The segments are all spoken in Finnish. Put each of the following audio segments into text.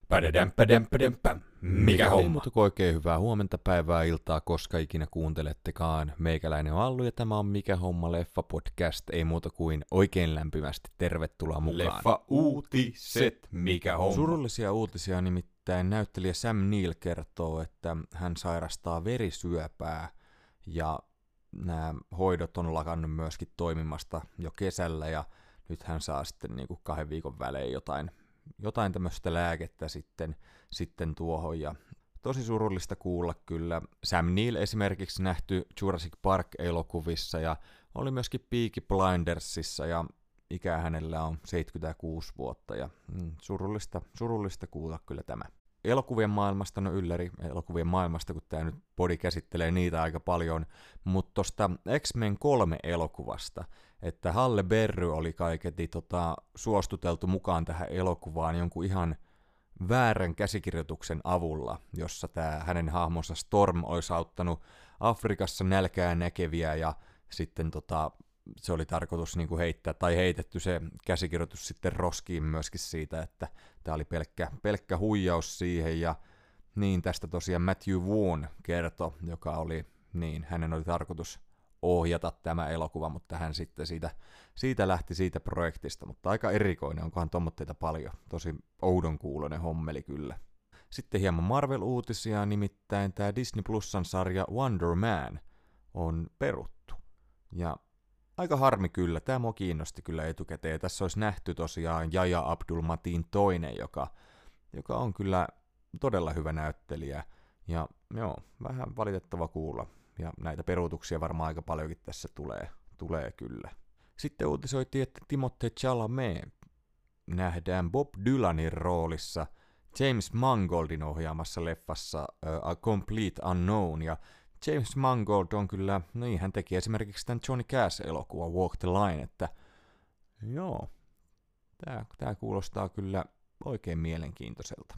Padadämpädämpädämpä. Mikä Ei homma? muuta kuin oikein hyvää huomenta, päivää, iltaa, koska ikinä kuuntelettekaan. Meikäläinen on Allu ja tämä on Mikä homma leffa podcast. Ei muuta kuin oikein lämpimästi tervetuloa mukaan. Leffa uutiset. Mikä homma? Surullisia uutisia, nimittäin näyttelijä Sam Neill kertoo, että hän sairastaa verisyöpää ja nämä hoidot on lakannut myöskin toimimasta jo kesällä ja nyt hän saa sitten niin kuin 2 viikon välein jotain tämmöistä lääkettä sitten tuohon ja tosi surullista kuulla kyllä. Sam Neill esimerkiksi nähty Jurassic Park-elokuvissa ja oli myöskin Peaky Blindersissa ja ikä hänellä on 76 vuotta ja surullista kuulla kyllä tämä. Elokuvien maailmasta, no ylläri elokuvien maailmasta, kun tämä nyt podi käsittelee niitä aika paljon, mutta tosta X-Men 3 elokuvasta, että Halle Berry oli kaiketi suostuteltu mukaan tähän elokuvaan jonkun ihan väärän käsikirjoituksen avulla, jossa tämä hänen hahmonsa Storm olisi auttanut Afrikassa nälkää näkeviä ja sitten se oli tarkoitus niinku heittää tai heitetty se käsikirjoitus sitten roskiin myöskin siitä, että tämä oli pelkkä huijaus siihen ja niin tästä tosiaan Matthew Vaughn kertoi, joka oli hänen oli tarkoitus ohjata tämä elokuva, mutta hän sitten siitä lähti siitä projektista, mutta aika erikoinen, onkohan tommotteita paljon, tosi oudon kuuloinen hommeli kyllä. Sitten hieman Marvel-uutisia, nimittäin tämä Disney Plusan sarja Wonder Man on peruttu ja aika harmi kyllä, tämä mua kiinnosti kyllä etukäteen. Tässä olisi nähty tosiaan Yahya Abdul-Mateen toinen, joka on kyllä todella hyvä näyttelijä. Ja joo, vähän valitettava kuulla. Ja näitä peruutuksia varmaan aika paljonkin tässä tulee kyllä. Sitten uutisoitiin, että Timothée Chalamet nähdään Bob Dylanin roolissa James Mangoldin ohjaamassa leffassa A Complete Unknown. Ja James Mangold on kyllä, hän teki esimerkiksi tämän Johnny Cash-elokuvan Walk the Line, että joo, tää kuulostaa kyllä oikein mielenkiintoiselta.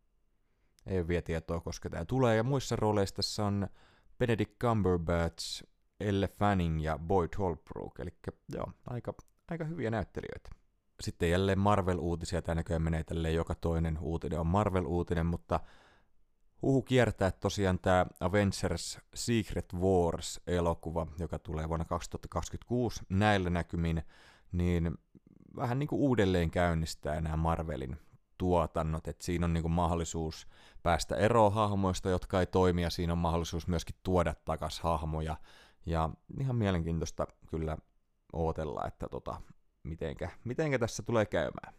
Ei ole vielä tietoa, koska tää tulee, ja muissa rooleissa tässä on Benedict Cumberbatch, Elle Fanning ja Boyd Holbrook, eli joo, aika hyviä näyttelijöitä. Sitten jälleen Marvel-uutisia, tää näköjään menee tälleen joka toinen uutinen on Marvel-uutinen, mutta huhu kiertää, että tosiaan tämä Avengers Secret Wars-elokuva, joka tulee vuonna 2026 näillä näkymin, niin vähän niin kuin uudelleen käynnistää nämä Marvelin tuotannot, että siinä on niin kuin mahdollisuus päästä eroon hahmoista, jotka ei toimi, ja siinä on mahdollisuus myöskin tuoda takaisin hahmoja, ja ihan mielenkiintoista kyllä ootella, että mitenkä tässä tulee käymään.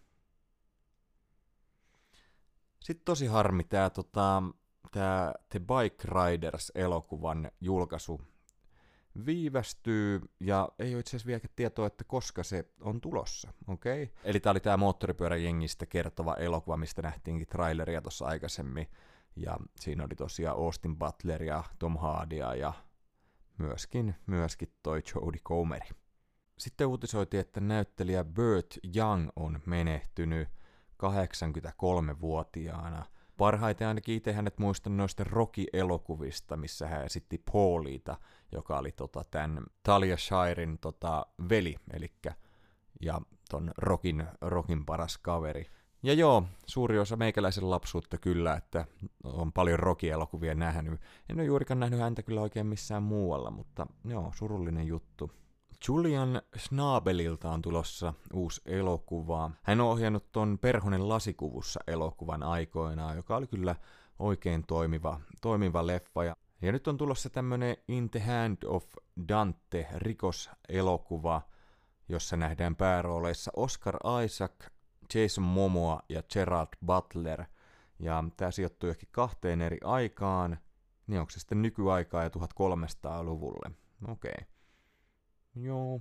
Sitten tosi harmi tämä The Bike Riders-elokuvan julkaisu viivästyy, ja ei ole itse asiassa vielä tietoa, että koska se on tulossa, okei? Okay? Eli tämä oli tämä moottoripyöräjengistä kertova elokuva, mistä nähtiinkin traileria tuossa aikaisemmin, ja siinä oli tosiaan Austin Butler ja Tom Hardy ja myöskin toi Jodie Comeri. Sitten uutisoitiin, että näyttelijä Burt Young on menehtynyt 83-vuotiaana. Parhaiten ainakin itse hänet muistan noista Rocky-elokuvista, missä hän esitti Paulita, joka oli tämän Talia Shiren veli, ja ton Rockin paras kaveri. Ja joo, suuri osa meikäläisen lapsuutta kyllä, että on paljon Rocky-elokuvia nähnyt. En ole juurikaan nähnyt häntä kyllä oikein missään muualla, mutta joo, surullinen juttu. Julian Schnabelilta on tulossa uusi elokuva. Hän on ohjannut ton Perhonen lasikuvussa elokuvan aikoinaan, joka oli kyllä oikein toimiva leffa. Ja nyt on tulossa tämmönen In the Hand of Dante rikoselokuva, jossa nähdään päärooleissa Oscar Isaac, Jason Momoa ja Gerard Butler. Ja tää sijoittuu johonkin 2 eri aikaan. Niin onko se sitten nykyaikaa ja 1300-luvulle? Okei. Joo.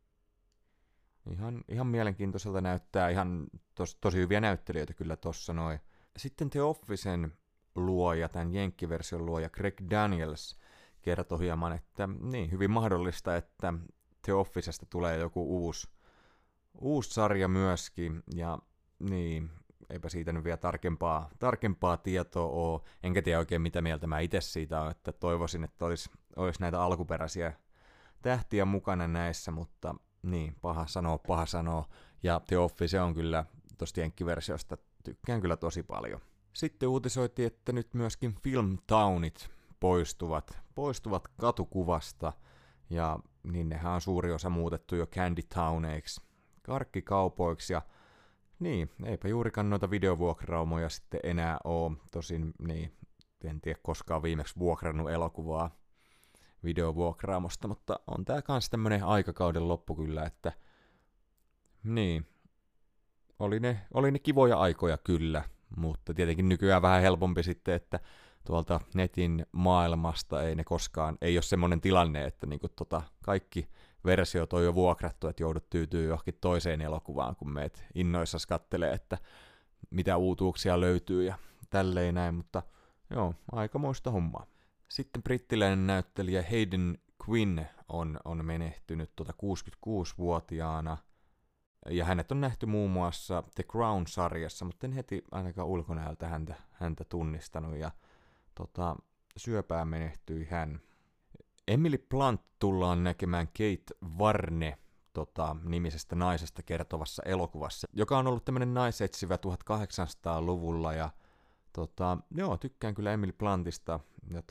Ihan mielenkiintoiselta näyttää, ihan tosi hyviä näyttelijöitä kyllä tossa noin. Sitten The Officen luoja, tämän jenkkiversion luoja Greg Daniels kertoi hieman, että hyvin mahdollista, että The Officesta tulee joku uusi sarja myöskin, ja eipä siitä nyt vielä tarkempaa tietoa ole. Enkä tiedä oikein mitä mieltä mä itse siitä olen, että toivoisin, että olisi näitä alkuperäisiä tähtiä mukana näissä, mutta paha sanoo. Ja The Office on kyllä tosta jenkkiversiosta tykkään kyllä tosi paljon. Sitten uutisoitiin, että nyt myöskin Filmtownit poistuvat katukuvasta, ja niin nehän on suuri osa muutettu jo Candytowneiksi, karkkikaupoiksi, ja niin, eipä juurikaan noita videovuokraumoja sitten enää oo. Tosin, niin, en tiedä koskaan viimeksi vuokrannut elokuvaa videovuokraamosta, mutta on tää kans tämmönen aikakauden loppu kyllä, että niin, oli ne kivoja aikoja kyllä, mutta tietenkin nykyään vähän helpompi sitten, että tuolta netin maailmasta ei ole semmoinen tilanne, että niinku kaikki versiot on jo vuokrattu, että joudut tyytyy johonkin toiseen elokuvaan, kun meet innoissasi kattelee, että mitä uutuuksia löytyy ja tälleen näin, mutta joo, aikamoista hommaa. Sitten brittiläinen näyttelijä Hayden Quinn on menehtynyt 66-vuotiaana, ja hänet on nähty muun muassa The Crown-sarjassa, mutta en heti ainakaan ulkonäöltä häntä tunnistanut, ja syöpään menehtyi hän. Emily Blunt tullaan näkemään Kate Varne nimisestä naisesta kertovassa elokuvassa, joka on ollut tämmönen naisetsivä 1800-luvulla, ja joo, tykkään kyllä Emily Bluntista, ja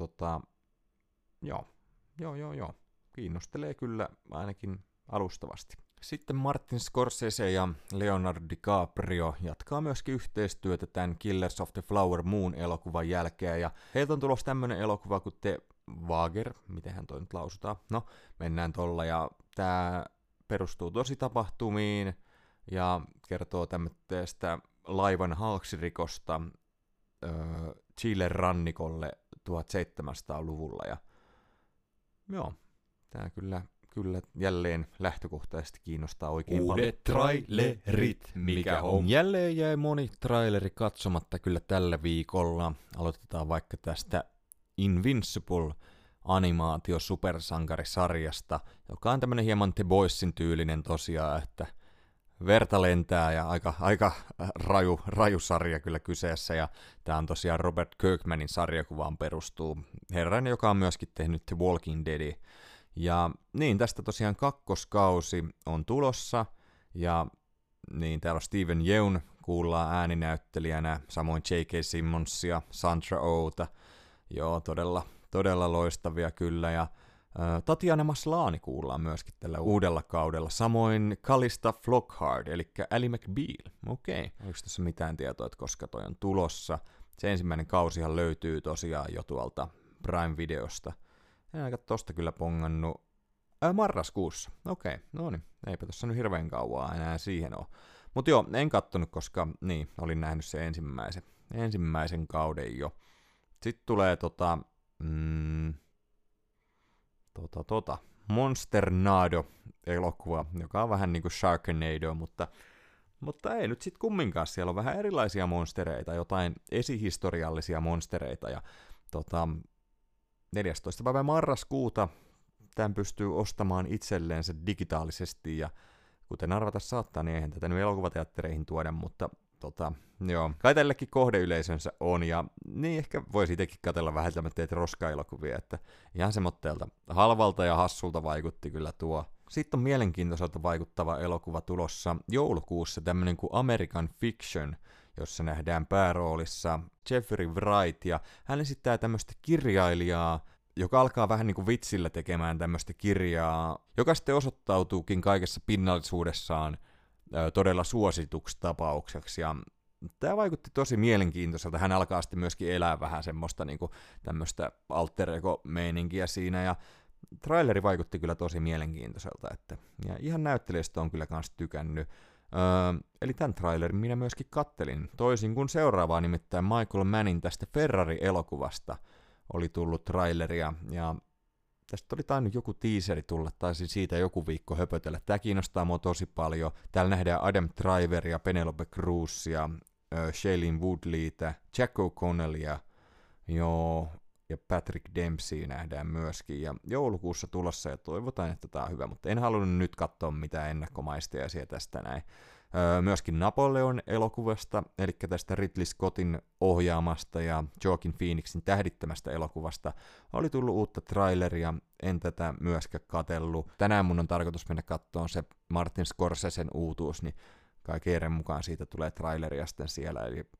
joo, kiinnostelee kyllä ainakin alustavasti. Sitten Martin Scorsese ja Leonardo DiCaprio jatkaa myöskin yhteistyötä tämän Killers of the Flower Moon elokuvan jälkeen, ja heiltä on tulossa tämmönen elokuva kuin The Wager, mitenhän toi nyt lausutaan, no mennään tolla, ja tää perustuu tositapahtumiin ja kertoo tämmöistä laivan haaksirikosta Chilen rannikolle 1700-luvulla, ja joo, tää kyllä jälleen lähtökohtaisesti kiinnostaa oikein paljon. Uudet trailerit, mikä on? Jälleen jäi moni traileri katsomatta kyllä tällä viikolla. Aloitetaan vaikka tästä Invincible animaatio-supersankarisarjasta, joka on tämmönen hieman The Boysin tyylinen tosiaan, että verta lentää ja aika raju sarja kyllä kyseessä, ja tää on tosiaan Robert Kirkmanin sarjakuvaan perustuu. Herran, joka on myöskin tehnyt The Walking Dead. Ja niin, tästä tosiaan kakkoskausi on tulossa, ja niin täällä on Steven Yeun kuullaan ääninäyttelijänä, samoin J.K. Simmonsia, Sandra Ohta, joo, todella loistavia kyllä, ja Tatiana Maslany kuullaan myöskin tällä uudella kaudella, samoin Callista Flockhart, eli Ally McBeal, okei. Onko tässä mitään tietoa, että koska toi on tulossa? Se ensimmäinen kausihan löytyy tosiaan jo tuolta Prime-videosta. En aika tosta kyllä pongannut. Marraskuussa. Okei, no niin. Eipä tossa nyt hirveän kauaa enää siihen oo. Mut joo, en kattonut, koska niin, olin nähnyt se ensimmäisen kauden jo. Sitten tulee Monsternado-elokuva, joka on vähän niinku Sharknado, mutta ei nyt sit kumminkaan. Siellä on vähän erilaisia monstereita, jotain esihistoriallisia monstereita, ja 14. päivä marraskuuta tämän pystyy ostamaan itselleensä digitaalisesti, ja kuten arvata saattaa, niin eihän tätä nyt elokuvateattereihin tuoda, mutta joo, kai tällekin kohdeyleisönsä on, ja niin ehkä voisi itsekin katsella vähän tämmöitä roska-elokuvia, että ihan semmoitteelta halvalta ja hassulta vaikutti kyllä tuo. Sitten on mielenkiintoiselta vaikuttava elokuva tulossa joulukuussa, tämmönen kuin American Fiction, jossa nähdään pääroolissa Jeffrey Wright, ja hän esittää tämmöistä kirjailijaa, joka alkaa vähän niin kuin vitsillä tekemään tämmöistä kirjaa, joka sitten osoittautuukin kaikessa pinnallisuudessaan todella suosituksi tapaukseksi, ja tämä vaikutti tosi mielenkiintoiselta. Hän alkaa sitten myöskin elää vähän semmoista niin kuin tämmöistä alter ego-meininkiä siinä, ja traileri vaikutti kyllä tosi mielenkiintoiselta, ja ihan näyttelijästä on kyllä kans tykännyt. Eli tämän trailerin minä myöskin kattelin, toisin kuin seuraavaa, nimittäin Michael Mannin tästä Ferrari-elokuvasta oli tullut traileria, ja tästä oli tainnut joku teaseri tulla, taisin siitä joku viikko höpötellä. Tämä kiinnostaa mua tosi paljon. Täällä nähdään Adam Driveria, Penelope Cruzia, Shailene Woodleytä, Jack O'Connellia, joo, ja Patrick Dempsey nähdään myöskin. Ja joulukuussa tulossa, ja toivotaan, että tämä on hyvä, mutta en halunnut nyt katsoa mitään ennakkomaistiaisia tästä näin. Myöskin Napoleon elokuvasta, eli tästä Ridley Scottin ohjaamasta ja Joaquin Phoenixin tähdittämästä elokuvasta oli tullut uutta traileria, en tätä myöskään katsellut. Tänään mun on tarkoitus mennä katsomaan se Martin Scorsesen uutuus, niin kai Keeren mukaan siitä tulee traileria sitten siellä, eli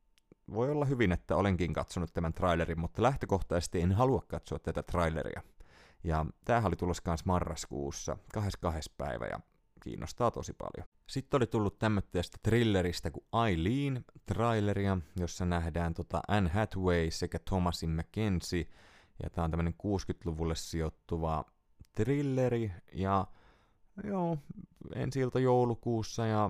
voi olla hyvin, että olenkin katsonut tämän trailerin, mutta lähtökohtaisesti en halua katsoa tätä traileria. Ja tämähän oli tulossa kans marraskuussa, 22. päivä, ja kiinnostaa tosi paljon. Sitten oli tullut tämmöistä thrilleristä kuin Eileen traileria, jossa nähdään Anne Hathaway sekä Thomasin McKenzie. Ja tää on tämmönen 60-luvulle sijoittuva thrilleri, ja joo, ensi-ilta joulukuussa, ja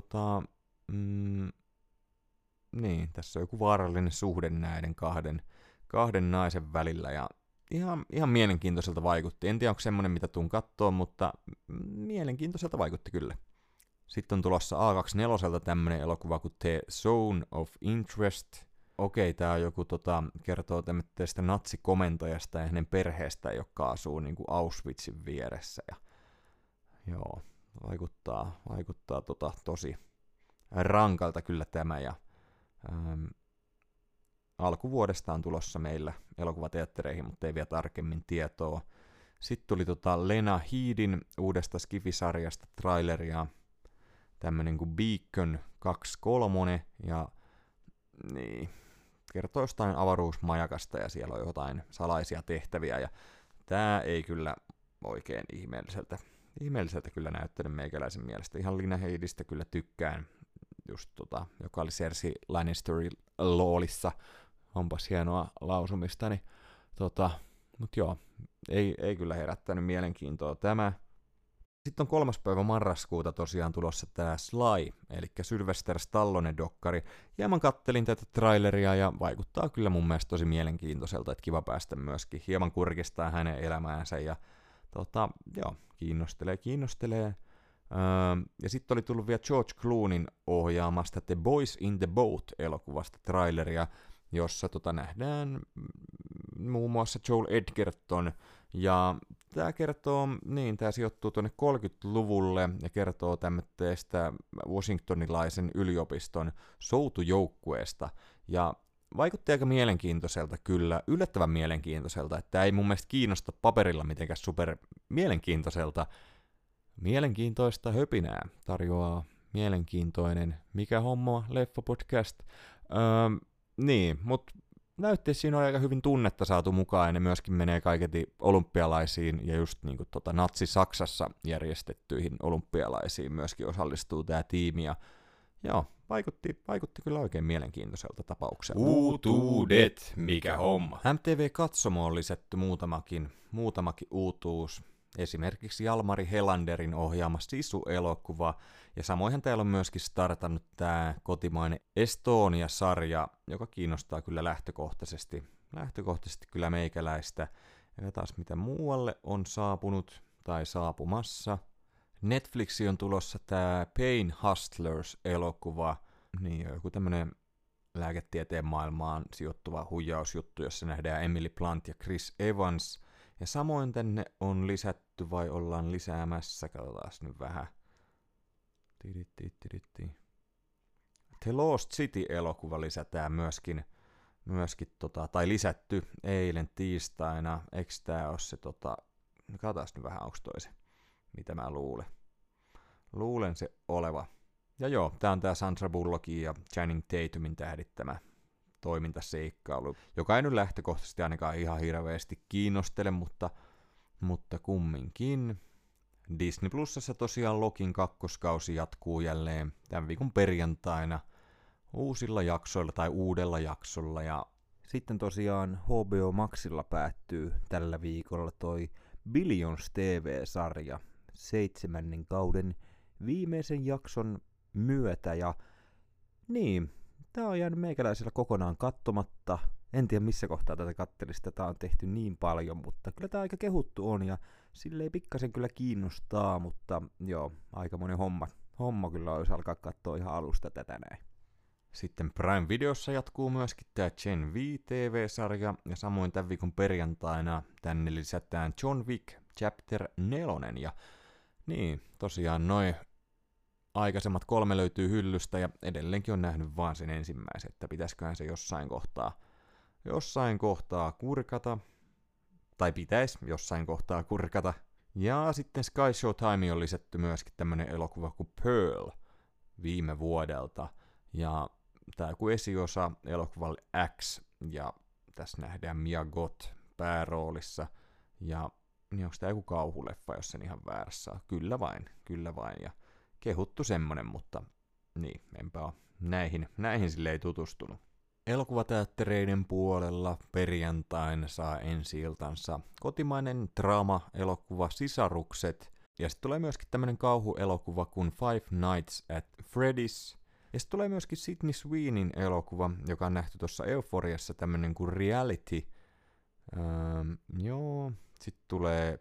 niin, tässä on joku vaarallinen suhde näiden kahden naisen välillä, ja ihan mielenkiintoiselta vaikutti. En tiedä, onko semmonen, mitä tuun kattoo, mutta mielenkiintoiselta vaikutti kyllä. Sitten on tulossa A24 tämmönen elokuva kuin The Zone of Interest. Okei, tää on joku kertoo tämmöistä natsikomentajasta ja hänen perheestä, joka asuu niinku Auschwitzin vieressä. Ja joo, vaikuttaa tosi rankalta kyllä tämä. Ja alkuvuodesta on tulossa meillä elokuvateattereihin, mutta ei vielä tarkemmin tietoa. Sitten tuli Lena Headin uudesta Skifi-sarjasta traileria, tämmönen kuin Beacon 2.3, ja niin, kertoo jostain avaruusmajakasta, ja siellä on jotain salaisia tehtäviä, ja tää ei kyllä oikein ihmeelliseltä kyllä näyttänyt meikäläisen mielestä. Ihan Lena Headistä kyllä tykkään, just joka oli Cersei Lannisterin LOLissa, onpas hienoa lausumista, niin mut joo, ei kyllä herättänyt mielenkiintoa tämä. Sitten on 3. päivä marraskuuta tosiaan tulossa tää Sly, eli Sylvester Stallone-dokkari. Hieman kattelin tätä traileria ja vaikuttaa kyllä mun mielestä tosi mielenkiintoiselta, että kiva päästä myöskin hieman kurkistaa hänen elämäänsä ja joo, kiinnostelee. Ja sitten oli tullut vielä George Clooneyn ohjaamasta The Boys in the Boat-elokuvasta traileria, jossa nähdään muun muassa Joel Edgerton, ja tämä tää sijoittuu tuonne 30-luvulle ja kertoo tämmöistä washingtonilaisen yliopiston soutujoukkueesta, ja vaikutti aika mielenkiintoiselta kyllä, yllättävän mielenkiintoiselta, että ei mun mielestä kiinnosta paperilla mitenkään super mielenkiintoiselta. Mielenkiintoista höpinää tarjoaa mielenkiintoinen Mikä homma leffapodcast. Niin, mutta näyttäisi siinä on aika hyvin tunnetta saatu mukaan, ja ne myöskin menee kaiketi olympialaisiin, ja just niin kuin Natsi-Saksassa järjestettyihin olympialaisiin myöskin osallistuu tämä tiimi, ja joo, vaikutti kyllä oikein mielenkiintoiselta tapaukselta. Uutuudet, mikä homma. MTV-katsomo on lisätty muutamakin uutuus. Esimerkiksi Jalmari Helanderin ohjaama Sisu-elokuva, ja samoinhan täällä on myöskin startannut tämä kotimainen Estonia-sarja, joka kiinnostaa kyllä lähtökohtaisesti kyllä meikäläistä. Ja taas mitä muualle on saapunut tai saapumassa. Netflixi on tulossa tämä Pain Hustlers-elokuva, niin joku tämmönen lääketieteen maailmaan sijoittuva huijausjuttu, jossa nähdään Emily Blunt ja Chris Evans. Ja samoin tänne on lisätty vai ollaan lisäämässä, katsotaan nyt vähän. The Lost City-elokuva lisätään myöskin tai lisätty eilen tiistaina. Eikö tää oo se katsotaan nyt vähän, onko toi se, mitä mä luulen. Luulen se oleva. Ja joo, tää on tää Sandra Bullockin ja Channing Tatumin tähdittämä toimintaseikkailu, joka ei nyt lähtökohtaisesti ainakaan ihan hirveästi kiinnostele, mutta kumminkin. Disney Plusassa tosiaan Lokin kakkoskausi jatkuu jälleen tämän viikon perjantaina uusilla jaksoilla tai uudella jaksolla, ja sitten tosiaan HBO Maxilla päättyy tällä viikolla toi Billions TV-sarja 7. kauden viimeisen jakson myötä, ja niin, tää on jäänyt meikäläisellä kokonaan katsomatta. En tiedä missä kohtaa tätä kattelista tätä on tehty niin paljon, mutta kyllä tää aika kehuttu on ja silleen pikkasen kyllä kiinnostaa, mutta joo, aikamoinen homma kyllä olisi alkaa katsoa ihan alusta tätä näin. Sitten Prime Videossa jatkuu myöskin tää Gen V TV-sarja, ja samoin tämän viikon perjantaina tänne lisätään John Wick Chapter 4, ja niin, tosiaan noin aikaisemmat 3 löytyy hyllystä, ja edelleenkin on nähnyt vaan sen ensimmäisen, että pitäisiköhän se jossain kohtaa kurkata, tai pitäisi jossain kohtaa kurkata. Ja sitten Sky Showtime on lisätty myöskin tämmönen elokuva kuin Pearl viime vuodelta, ja tää joku esiosa elokuvalle X, ja tässä nähdään Mia Goth pääroolissa, ja niin onko tää joku kauhuleffa, jos sen ihan väärässä on? Kyllä vain, ja kehuttu semmonen, mutta niin, enpä ole näihin sille ei tutustunut. Elokuvateattereiden puolella perjantaina saa ensi-iltansa kotimainen draama-elokuva Sisarukset, ja sitten tulee myöskin tämmönen kauhuelokuva kuin Five Nights at Freddy's, ja sitten tulee myöskin Sydney Sweeneyn elokuva, joka on nähty tuossa Euforiassa, tämmönen kuin Reality. Sitten tulee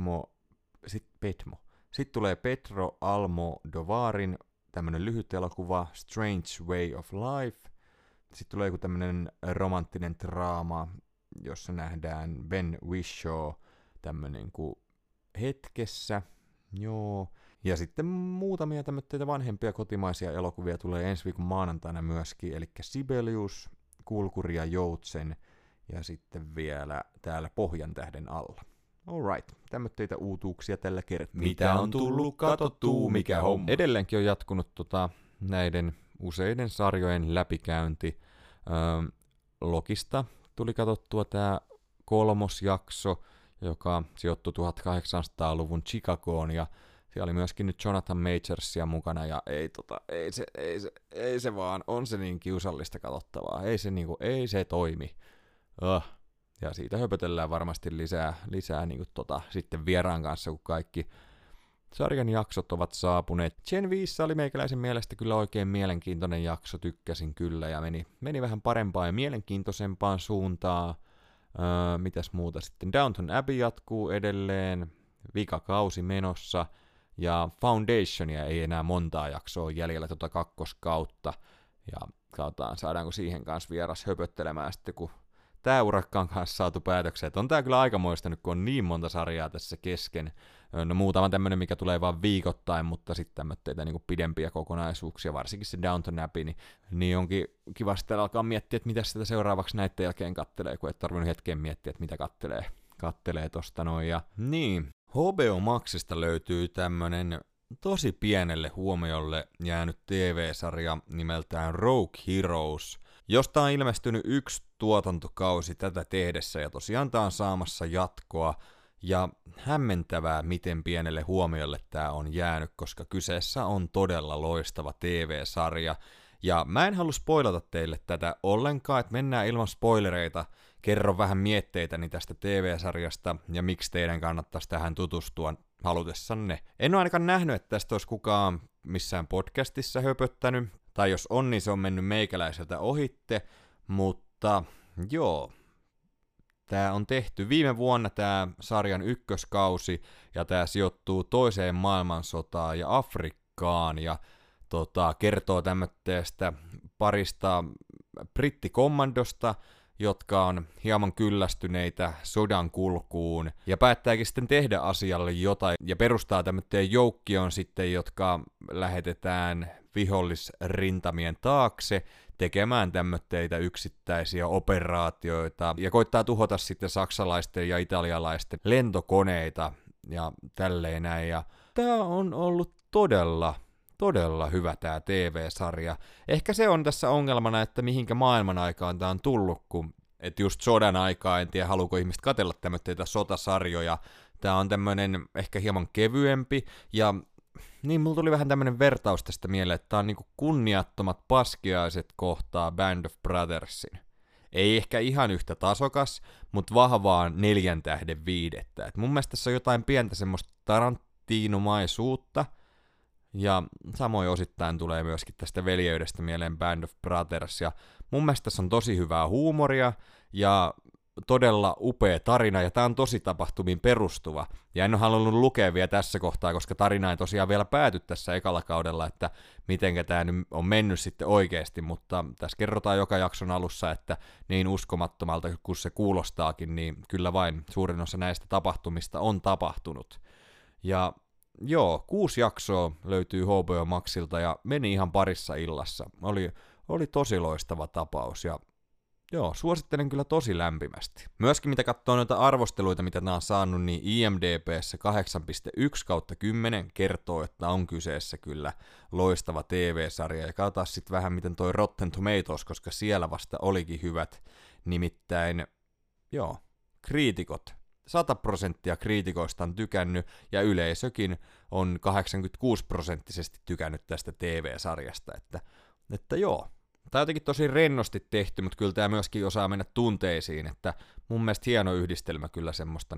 Sitten tulee Pedro Almodovarin tämmönen lyhyt elokuva Strange Way of Life. Sitten tulee joku tämmönen romanttinen draama, jossa nähdään Ben Whishaw tämmönen kuin Hetkessä. Joo. Ja sitten muutamia tämmöitä vanhempia kotimaisia elokuvia tulee ensi viikon maanantaina myöskin, eli Sibelius, Kulkuri ja Joutsen, ja sitten vielä täällä Pohjantähden alla. Alright, tämmöitä uutuuksia tällä kertaa. Mitä on tullut katsottua, mikä homma? Edelleenkin on jatkunut näiden useiden sarjojen läpikäynti. Lokista tuli katsottua tää 3. jakso, joka sijoittui 1800-luvun Chicagoon, ja siellä oli myöskin nyt Jonathan Majorsia mukana, ja ei se vaan, on se niin kiusallista katsottavaa, ei se toimi. Ja siitä höpötellään varmasti lisää niin sitten vieraan kanssa, kun kaikki sarjan jaksot ovat saapuneet. Gen 5 oli meikäläisen mielestä kyllä oikein mielenkiintoinen jakso, tykkäsin kyllä, ja meni vähän parempaan ja mielenkiintoisempaan suuntaan. Mitäs muuta sitten? Downton Abbey jatkuu edelleen, vikakausi menossa, ja Foundationia ei enää montaa jaksoa jäljellä kakkoskautta, ja katsotaan saadaanko siihen kanssa vieras höpöttelemään sitten, kun tää urakka on kanssa saatu päätökseen. On tää kyllä aikamoista nyt, kun on niin monta sarjaa tässä kesken. No muutama tämmönen, mikä tulee vaan viikoittain, mutta sitten tämmöitä niinku pidempiä kokonaisuuksia, varsinkin se Downton Abbey, niin onkin kiva sitten alkaa miettiä, että mitä sitä seuraavaksi näiden jälkeen kattelee, kun et tarvinnut hetken miettiä, että mitä kattelee tosta noin. Ja niin, HBO Maxista löytyy tämmönen tosi pienelle huomiolle jäänyt TV-sarja nimeltään Rogue Heroes, josta on ilmestynyt 1 tuotantokausi tätä tehdessä, ja tosiaan tää on saamassa jatkoa, ja hämmentävää, miten pienelle huomiolle tää on jäänyt, koska kyseessä on todella loistava TV-sarja, ja mä en halua spoilata teille tätä ollenkaan, että mennään ilman spoilereita, kerron vähän mietteitäni tästä TV-sarjasta, ja miksi teidän kannattaisi tähän tutustua halutessanne. En ole ainakaan nähnyt, että tästä olisi kukaan missään podcastissa höpöttänyt, tai jos on, niin se on mennyt meikäläiseltä ohitte, mutta joo, tää on tehty viime vuonna tää sarjan ykköskausi, ja tää sijoittuu toiseen maailmansotaan ja Afrikkaan, ja kertoo tämmöistä parista brittikommandosta, jotka on hieman kyllästyneitä sodan kulkuun, ja päättääkin sitten tehdä asialle jotain, ja perustaa tämmöinen joukkion sitten, jotka lähetetään vihollisrintamien taakse tekemään tämmöitä yksittäisiä operaatioita, ja koittaa tuhota sitten saksalaisten ja italialaisten lentokoneita, ja tälleen näin, ja tää on ollut todella hyvä tää TV-sarja. Ehkä se on tässä ongelmana, että mihinkä maailman aikaan tää on tullut, kun et just sodan aikaa, en tiedä haluuko ihmiset katsella tämmöitä sotasarjoja. Tää on tämmönen ehkä hieman kevyempi, ja niin mulla tuli vähän tämmönen vertaus tästä mieleen, että tää on niinku kunniattomat paskiaiset kohtaa Band of Brothersin. Ei ehkä ihan yhtä tasokas, mutta vahvaan 4 tähden 5. Et mun mielestä tässä on jotain pientä semmoista Tarantinomaisuutta, ja samoin osittain tulee myöskin tästä veljeydestä mieleen Band of Brothers, ja mun mielestä tässä on tosi hyvää huumoria, ja todella upea tarina, ja tää on tosi tapahtumiin perustuva, ja en ole halunnut lukea vielä tässä kohtaa, koska tarina ei tosiaan vielä pääty tässä ekalla kaudella, että mitenkä tää nyt on mennyt sitten oikeesti, mutta tässä kerrotaan joka jakson alussa, että niin uskomattomalta kuin se kuulostaakin, niin kyllä vain suurin osa näistä tapahtumista on tapahtunut. Ja joo, 6 jaksoa löytyy HBO Maxilta ja meni ihan parissa illassa. Oli tosi loistava tapaus ja joo, suosittelen kyllä tosi lämpimästi. Myöskin mitä katsoo noita arvosteluita, mitä nämä on saanut, niin IMDb:ssä 8.1/10 kertoo, että on kyseessä kyllä loistava TV-sarja. Ja katsotaan sitten vähän, miten toi Rotten Tomatoes, koska siellä vasta olikin hyvät. Nimittäin, joo, kriitikot. 100% kriitikoista on tykännyt, ja yleisökin on 86% tykännyt tästä TV-sarjasta, että joo. Tämä on jotenkin tosi rennosti tehty, mutta kyllä tämä myöskin osaa mennä tunteisiin, että mun mielestä hieno yhdistelmä kyllä semmoista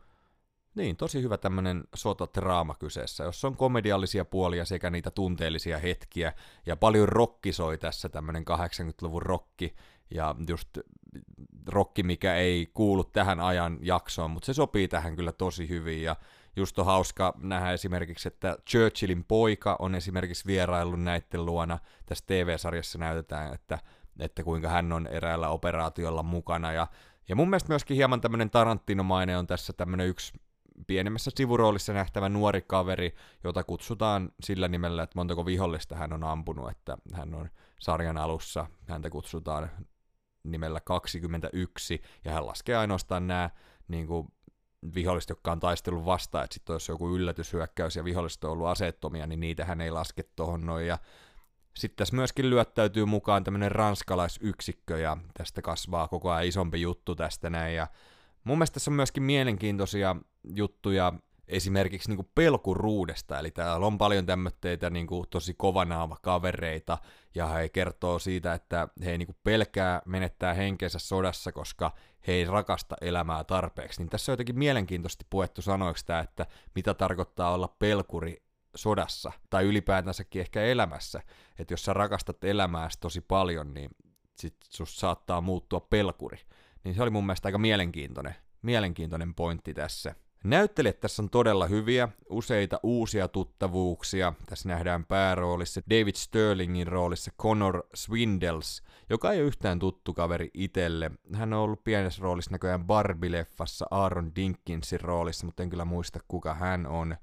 tosi hyvä tämmönen sotadraama kyseessä, jossa on komediallisia puolia sekä niitä tunteellisia hetkiä, ja paljon rokki soi tässä tämmönen 80-luvun rokki, ja just rokki, mikä ei kuulu tähän ajan jaksoon, mutta se sopii tähän kyllä tosi hyvin, ja just on hauska nähdä esimerkiksi, että Churchillin poika on esimerkiksi vieraillut näitten luona. Tässä TV-sarjassa näytetään, että kuinka hän on eräällä operaatiolla mukana. Ja mun mielestä myöskin hieman tämmöinen Tarantinomainen on tässä tämmöinen yksi pienemmässä sivuroolissa nähtävä nuori kaveri, jota kutsutaan sillä nimellä, että montako vihollista hän on ampunut, että hän on sarjan alussa, häntä kutsutaan nimellä 21, ja hän laskee ainoastaan nämä viholliset, jotka on taistellut vastaan, että sitten jos joku yllätyshyökkäys ja viholliset on ollut aseettomia, niin niitä hän ei laske tohon noin. Ja sitten tässä myöskin lyöttäytyy mukaan tämmöinen ranskalaisyksikkö, ja tästä kasvaa koko ajan isompi juttu tästä näin. Ja mun mielestä tässä on myöskin mielenkiintoisia juttuja esimerkiksi pelkuruudesta, eli täällä on paljon tämmöitteitä tosi kovanaava kavereita, ja he kertoo siitä, että he ei pelkää menettää henkensä sodassa, koska he ei rakasta elämää tarpeeksi. Niin tässä on jotenkin mielenkiintoisesti puettu sanoiksi tämä, että mitä tarkoittaa olla pelkuri sodassa, tai ylipäätänsäkin ehkä elämässä, että jos sä rakastat elämääsi tosi paljon, niin sit susta saattaa muuttua pelkuri. Niin se oli mun mielestä aika mielenkiintoinen pointti tässä. Näyttelijät tässä on todella hyviä, useita uusia tuttavuuksia. Tässä nähdään pääroolissa David Sterlingin roolissa Connor Swindles, joka ei ole yhtään tuttu kaveri itselle. Hän on ollut pienessä roolissa näköjään Barbie-leffassa Aaron Dinkinsin roolissa, mutta en kyllä muista kuka hän on.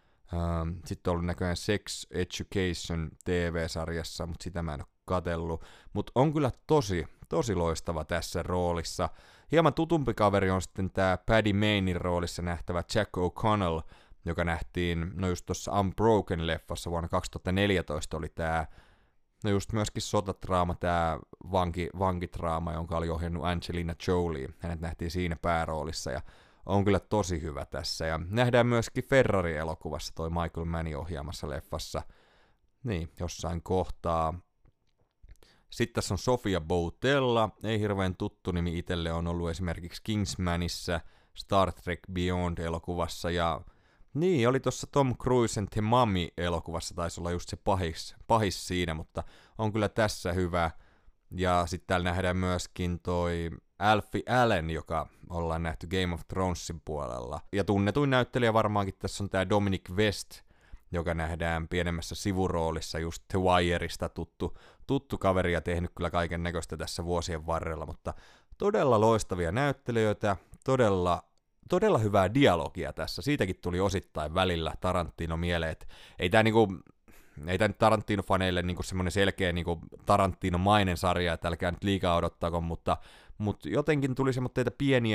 Sitten on ollut näköjään Sex Education TV-sarjassa, mutta sitä mä en ole katsellut. Mutta on kyllä tosi loistava tässä roolissa. Hieman tutumpi kaveri on sitten tää Paddy Maynin roolissa nähtävä Jack O'Connell, joka nähtiin just tuossa Unbroken-leffassa vuonna 2014 oli tää, just myöskin sotadraama, tää vankidraama, jonka oli ohjannut Angelina Jolie. Hänet nähtiin siinä pääroolissa ja on kyllä tosi hyvä tässä. Ja nähdään myöskin Ferrari-elokuvassa toi Michael Mann ohjaamassa leffassa. Niin, jossain kohtaa. Sitten tässä on Sofia Boutella, ei hirveän tuttu nimi itselle, on ollut esimerkiksi Kingsmanissa, Star Trek Beyond-elokuvassa, ja niin, oli tuossa Tom Cruisen The Mummy-elokuvassa, taisi olla just se pahis siinä, mutta on kyllä tässä hyvä. Ja sitten täällä nähdään myöskin toi Alfie Allen, joka ollaan nähty Game of Thronesin puolella. Ja tunnetuin näyttelijä varmaankin tässä on tää Dominic West, joka nähdään pienemmässä sivuroolissa, just The Wireista tuttu kaveri ja tehnyt kyllä kaiken näköistä tässä vuosien varrella, mutta todella loistavia näyttelijöitä, todella hyvää dialogia tässä. Siitäkin tuli osittain välillä Tarantino mieleen, että ei tämä nyt Tarantino-faneille semmoinen selkeä Tarantino-mainen sarja, että älkää nyt liikaa odottaako, mutta jotenkin tuli semmoitteita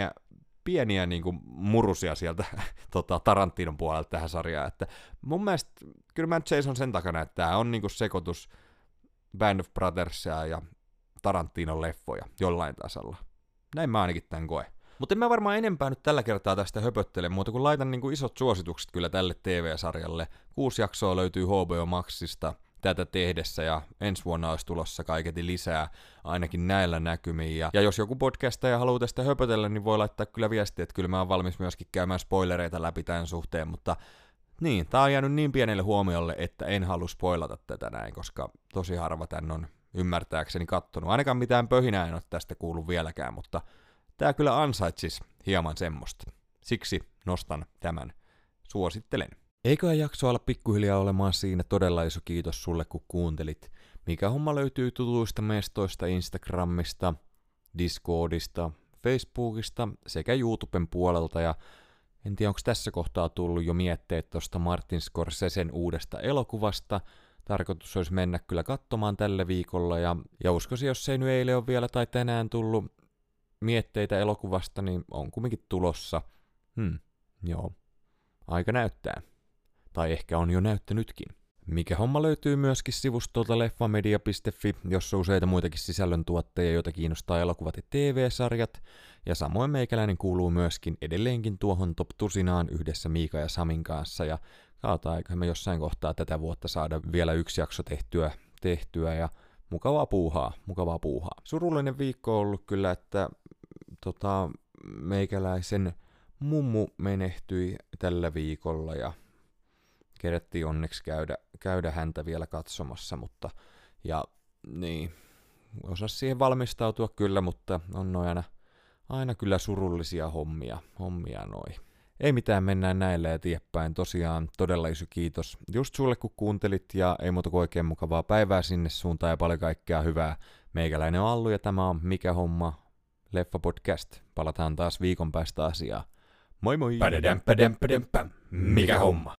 pieniä murusia sieltä Tarantinon puolelta tähän sarjaan, että mun mielestä kyllä mä Jason sen takana, että tää on sekoitus Band of Brothersia ja Tarantinon leffoja jollain tasolla. Näin mä ainakin tän koe. Mutta en mä varmaan enempää nyt tällä kertaa tästä höpöttele, muuta kun laitan isot suositukset kyllä tälle TV-sarjalle. 6 jaksoa löytyy HBO Maxista tätä tehdessä, ja ensi vuonna olisi tulossa kaiketi lisää, ainakin näillä näkymiin. Ja jos joku podcastaja haluaa tästä höpötellä, niin voi laittaa kyllä viestiä, että kyllä mä oon valmis myöskin käymään spoilereita läpi tämän suhteen, mutta niin, tää on jäänyt niin pienelle huomiolle, että en halua spoilata tätä näin, koska tosi harva tän on ymmärtääkseni kattonut. Ainakaan mitään pöhinää en ole tästä kuullut vieläkään, mutta tää kyllä ansaitsis hieman semmoista. Siksi nostan tämän. Suosittelen. Eiköhän jakso olla pikkuhiljaa olemaan siinä. Todella iso kiitos sulle, kun kuuntelit. Mikä homma löytyy tutuista mestoista, Instagramista, Discordista, Facebookista sekä YouTuben puolelta. Ja en tiedä, onko tässä kohtaa tullut jo mietteet tuosta Martin Scorsesen uudesta elokuvasta. Tarkoitus olisi mennä kyllä katsomaan tällä viikolla, ja uskoisin, jos ei nyt eilen ole vielä tai tänään tullut mietteitä elokuvasta, niin on kumminkin tulossa. Joo, aika näyttää. Tai ehkä on jo näyttänytkin. Mikä homma löytyy myöskin sivustolta leffamedia.fi, jossa on useita muitakin sisällöntuottajia, joita kiinnostaa elokuvat ja TV-sarjat. Ja samoin meikäläinen kuuluu myöskin edelleenkin tuohon top tusinaan yhdessä Miika ja Samin kanssa. Ja katsotaan, eiköhän me jossain kohtaa tätä vuotta saada vielä yksi jakso tehtyä ja mukavaa puuhaa. Surullinen viikko on ollut kyllä, että meikäläisen mummu menehtyi tällä viikolla ja kerettiin onneksi käydä häntä vielä katsomassa, mutta ja niin, osasi siihen valmistautua kyllä, mutta on aina kyllä surullisia hommia noi. Ei mitään, mennään näille eteenpäin. Tosiaan todella iso kiitos just sulle kun kuuntelit ja ei muuta kuin oikein mukavaa päivää sinne suuntaan ja paljon kaikkea hyvää. Meikäläinen on Allu ja tämä on Mikä homma? Leffa podcast. Palataan taas viikon päästä asiaa. Moi moi! Mikä homma?